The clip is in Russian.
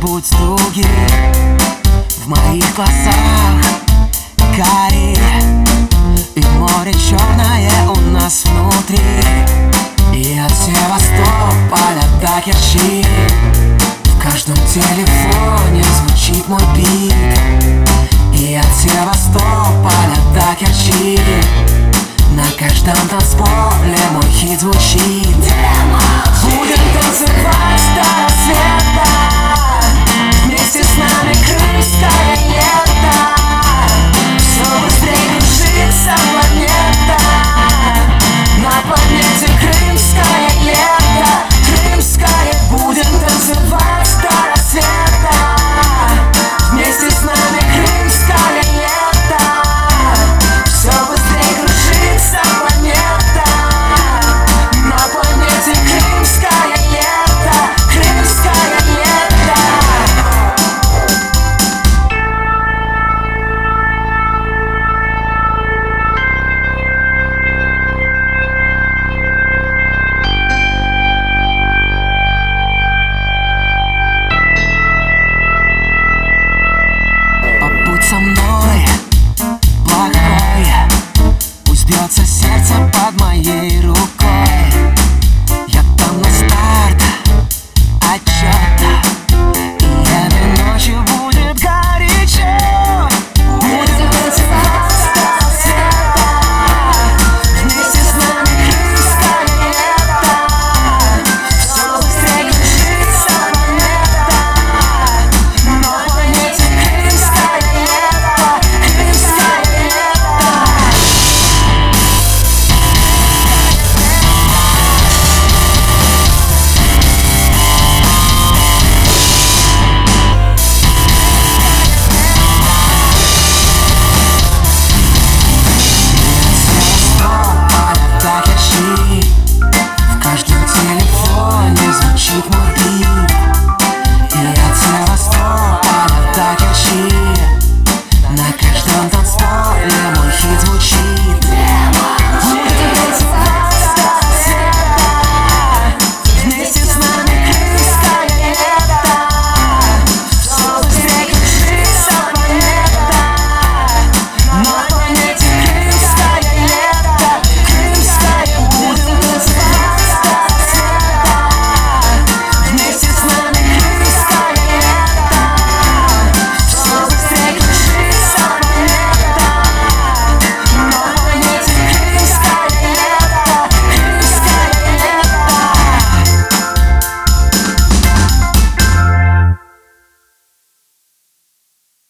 будь дуги в моих глазах карие, и море черное у нас внутри. И от Севастополя до Керчи в каждом телефоне звучит мой бит. И от Севастополя до Керчи на каждом танцполе мой хит звучит. Будем танцевать до рассвета, вместе с нами крымское лето. Все быстрее кружится планета, на планете крымское лето. Крымское, будем танцевать до рассвета, вместе с нами крымское лето. Все быстрее кружится планета, на планете крымское лето. Крымское лето. Побудь со мной, плохой, пусть бьется сердце под моей